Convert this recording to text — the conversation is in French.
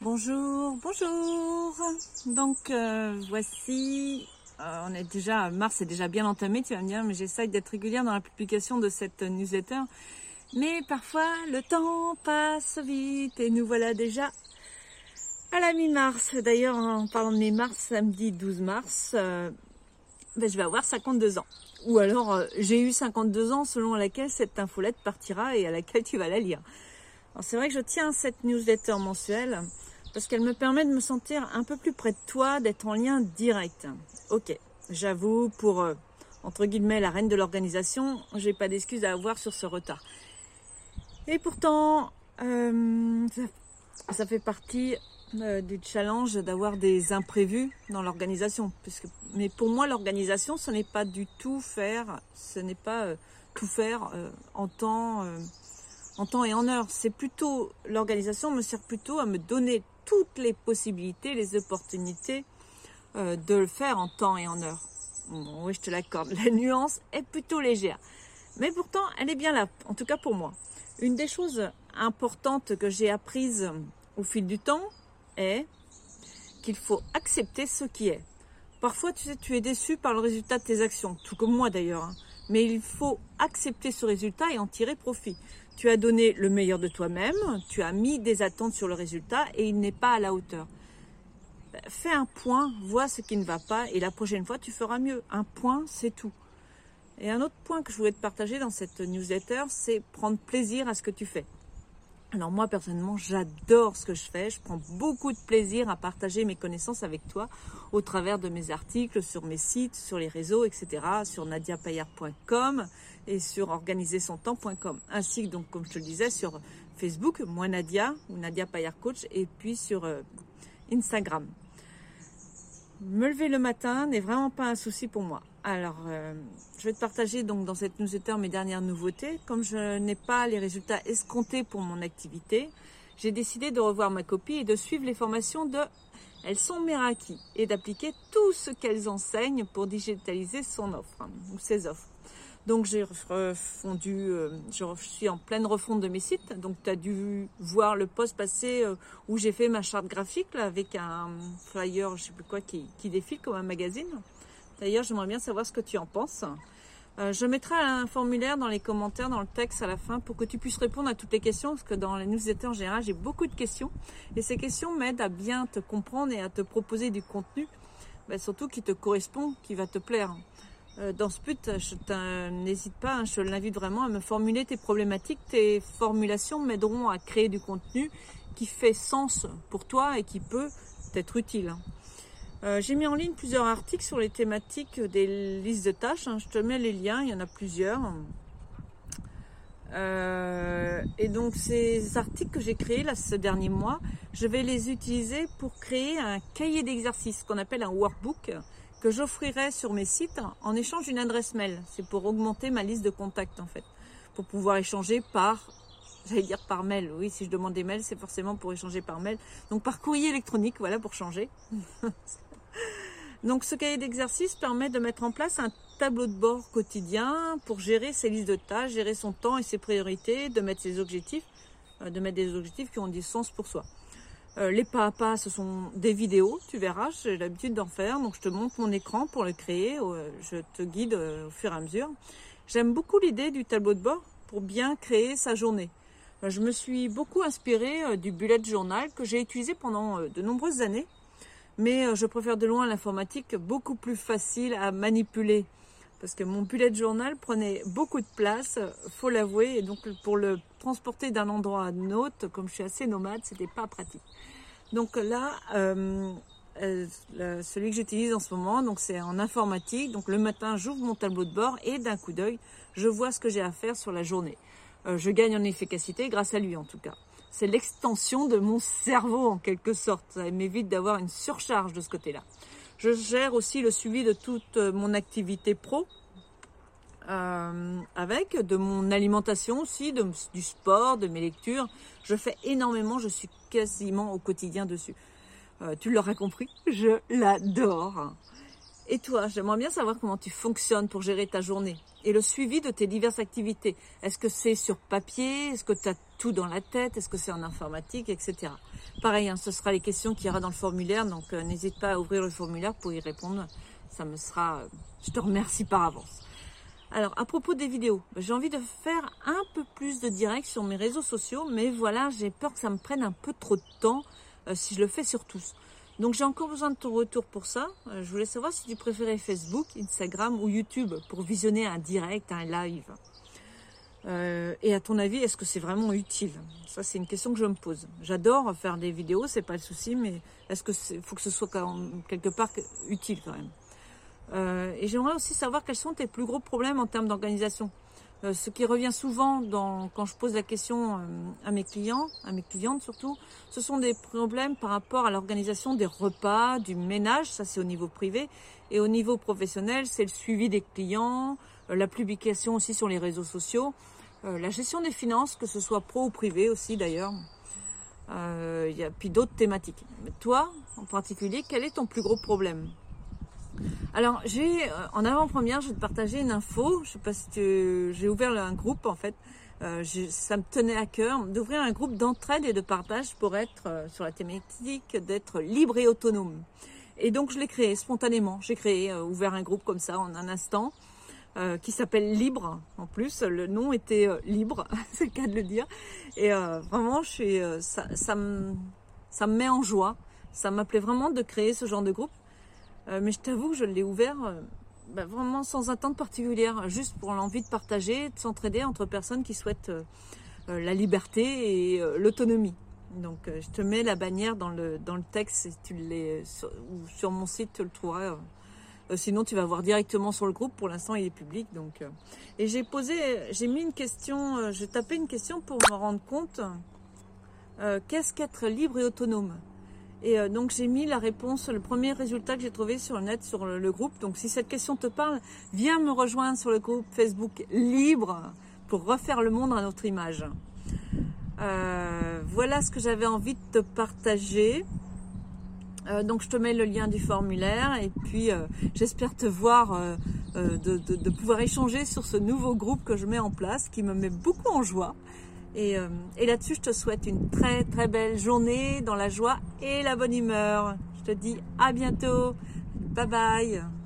Bonjour, bonjour. Donc voici, on est déjà, mars est déjà bien entamé, tu vas me dire, mais j'essaye d'être régulière dans la publication de cette newsletter. Mais parfois, le temps passe vite et nous voilà déjà à la mi-mars. D'ailleurs, en parlant de mi-mars, samedi 12 mars, je vais avoir 52 ans. Ou alors, j'ai eu 52 ans selon laquelle cette infolette partira et à laquelle tu vas la lire. Alors c'est vrai que je tiens cette newsletter mensuelle parce qu'elle me permet de me sentir un peu plus près de toi, d'être en lien direct. Ok, j'avoue, pour, entre guillemets, la reine de l'organisation, j'ai pas d'excuse à avoir sur ce retard. Et pourtant, ça fait partie du challenge d'avoir des imprévus dans l'organisation. Mais pour moi, l'organisation, ce n'est pas du tout faire, ce n'est pas tout faire en temps et en heure. C'est plutôt, l'organisation me sert plutôt à me donner toutes les possibilités, les opportunités de le faire en temps et en heure. Bon, oui, je te l'accorde, la nuance est plutôt légère. Mais pourtant, elle est bien là, en tout cas pour moi. Une des choses importantes que j'ai apprises au fil du temps est qu'il faut accepter ce qui est. Parfois, tu sais, tu es déçu par le résultat de tes actions, tout comme moi d'ailleurs. Hein. Mais il faut accepter ce résultat et en tirer profit. Tu as donné le meilleur de toi-même, tu as mis des attentes sur le résultat et il n'est pas à la hauteur. Fais un point, vois ce qui ne va pas et la prochaine fois, tu feras mieux. Un point, c'est tout. Et un autre point que je voulais te partager dans cette newsletter, c'est prendre plaisir à ce que tu fais. Alors moi, personnellement, j'adore ce que je fais. Je prends beaucoup de plaisir à partager mes connaissances avec toi au travers de mes articles sur mes sites, sur les réseaux, etc., sur nadiapayard.com et sur organisersontemps.com. Ainsi que, donc, comme je te le disais, sur Facebook, moi Nadia, ou Nadia Payard Coach, et puis sur Instagram. Me lever le matin n'est vraiment pas un souci pour moi. Alors, je vais te partager donc dans cette newsletter mes dernières nouveautés. Comme je n'ai pas les résultats escomptés pour mon activité, j'ai décidé de revoir ma copie et de suivre les formations de Elles sont Meraki et d'appliquer tout ce qu'elles enseignent pour digitaliser son offre ou ses offres. Donc, j'ai refondu, je suis en pleine refonte de mes sites. Donc, tu as dû voir le post passer où j'ai fait ma charte graphique là, avec un flyer, je sais plus quoi, qui défile comme un magazine. D'ailleurs, j'aimerais bien savoir ce que tu en penses. Je mettrai un formulaire dans les commentaires, dans le texte à la fin, pour que tu puisses répondre à toutes les questions, parce que dans les newsletters en général, j'ai beaucoup de questions. Et ces questions m'aident à bien te comprendre et à te proposer du contenu, surtout qui te correspond, qui va te plaire. Dans ce but, n'hésite pas, je l'invite vraiment à me formuler tes problématiques. Tes formulations m'aideront à créer du contenu qui fait sens pour toi et qui peut t'être utile. J'ai mis en ligne plusieurs articles sur les thématiques des listes de tâches. Je te mets les liens, il y en a plusieurs. Et donc ces articles que j'ai créés là, ce dernier mois, je vais les utiliser pour créer un cahier d'exercice qu'on appelle un workbook que j'offrirai sur mes sites en échange d'une adresse mail. C'est pour augmenter ma liste de contacts en fait, pour pouvoir échanger par mail. Oui, si je demande des mails, c'est forcément pour échanger par mail. Donc par courrier électronique, voilà, pour changer. Donc ce cahier d'exercice permet de mettre en place un tableau de bord quotidien pour gérer ses listes de tâches, gérer son temps et ses priorités, de mettre des objectifs qui ont du sens pour soi. Les pas à pas, ce sont des vidéos, tu verras, j'ai l'habitude d'en faire, donc je te montre mon écran pour le créer, je te guide au fur et à mesure. J'aime beaucoup l'idée du tableau de bord pour bien créer sa journée. Je me suis beaucoup inspirée du bullet journal que j'ai utilisé pendant de nombreuses années, mais je préfère de loin l'informatique, beaucoup plus facile à manipuler. Parce que mon bullet journal prenait beaucoup de place, faut l'avouer, et donc pour le transporter d'un endroit à un autre, comme je suis assez nomade, c'était pas pratique. Donc là, celui que j'utilise en ce moment, donc c'est en informatique. Donc le matin, j'ouvre mon tableau de bord et d'un coup d'œil, je vois ce que j'ai à faire sur la journée. Je gagne en efficacité grâce à lui en tout cas. C'est l'extension de mon cerveau en quelque sorte. Ça m'évite d'avoir une surcharge de ce côté-là. Je gère aussi le suivi de toute mon activité pro, avec de mon alimentation aussi, du sport, de mes lectures. Je fais énormément, je suis quasiment au quotidien dessus. Tu l'auras compris, je l'adore. Et toi, j'aimerais bien savoir comment tu fonctionnes pour gérer ta journée et le suivi de tes diverses activités. Est-ce que c'est sur papier? Est-ce que tu as tout dans la tête? Est-ce que c'est en informatique, etc. Pareil, hein, ce sera les questions qu'il y aura dans le formulaire, donc n'hésite pas à ouvrir le formulaire pour y répondre. Ça me sera... je te remercie par avance. Alors, à propos des vidéos, j'ai envie de faire un peu plus de direct sur mes réseaux sociaux, mais voilà, j'ai peur que ça me prenne un peu trop de temps si je le fais sur tous. Donc j'ai encore besoin de ton retour pour ça. Je voulais savoir si tu préférais Facebook, Instagram ou YouTube pour visionner un direct, un live. Et à ton avis, est-ce que c'est vraiment utile? Ça, c'est une question que je me pose. J'adore faire des vidéos, c'est pas le souci, mais est-ce que faut que ce soit quelque part utile quand même? Et j'aimerais aussi savoir quels sont tes plus gros problèmes en termes d'organisation. Ce qui revient souvent quand je pose la question à mes clients, à mes clientes surtout, ce sont des problèmes par rapport à l'organisation des repas, du ménage, ça c'est au niveau privé, et au niveau professionnel, c'est le suivi des clients, la publication aussi sur les réseaux sociaux, la gestion des finances, que ce soit pro ou privé aussi d'ailleurs, il y a puis d'autres thématiques. Mais toi, en particulier, quel est ton plus gros problème ? Alors, en avant-première, je vais te partager une info. Je sais pas si j'ai ouvert un groupe en fait. Ça me tenait à cœur d'ouvrir un groupe d'entraide et de partage pour être sur la thématique d'être libre et autonome. Et donc, je l'ai créé spontanément. J'ai ouvert un groupe comme ça en un instant qui s'appelle Libre. En plus, le nom était Libre, c'est le cas de le dire. Et vraiment, ça me met en joie. Ça m'appelait vraiment de créer ce genre de groupe. Mais je t'avoue que je l'ai ouvert vraiment sans attente particulière, juste pour l'envie de partager, de s'entraider entre personnes qui souhaitent la liberté et l'autonomie. Donc je te mets la bannière dans le texte, ou sur mon site tu le trouveras. Sinon tu vas voir directement sur le groupe, pour l'instant il est public. Donc, et j'ai mis une question, j'ai tapé une question pour me rendre compte, qu'est-ce qu'être libre et autonome ? Et donc j'ai mis la réponse, le premier résultat que j'ai trouvé sur le net, sur le groupe. Donc si cette question te parle, viens me rejoindre sur le groupe Facebook Libre pour refaire le monde à notre image. Voilà ce que j'avais envie de te partager. Donc je te mets le lien du formulaire et puis j'espère te voir, de pouvoir échanger sur ce nouveau groupe que je mets en place qui me met beaucoup en joie. Et là-dessus, je te souhaite une très très belle journée dans la joie et la bonne humeur. Je te dis à bientôt. Bye bye.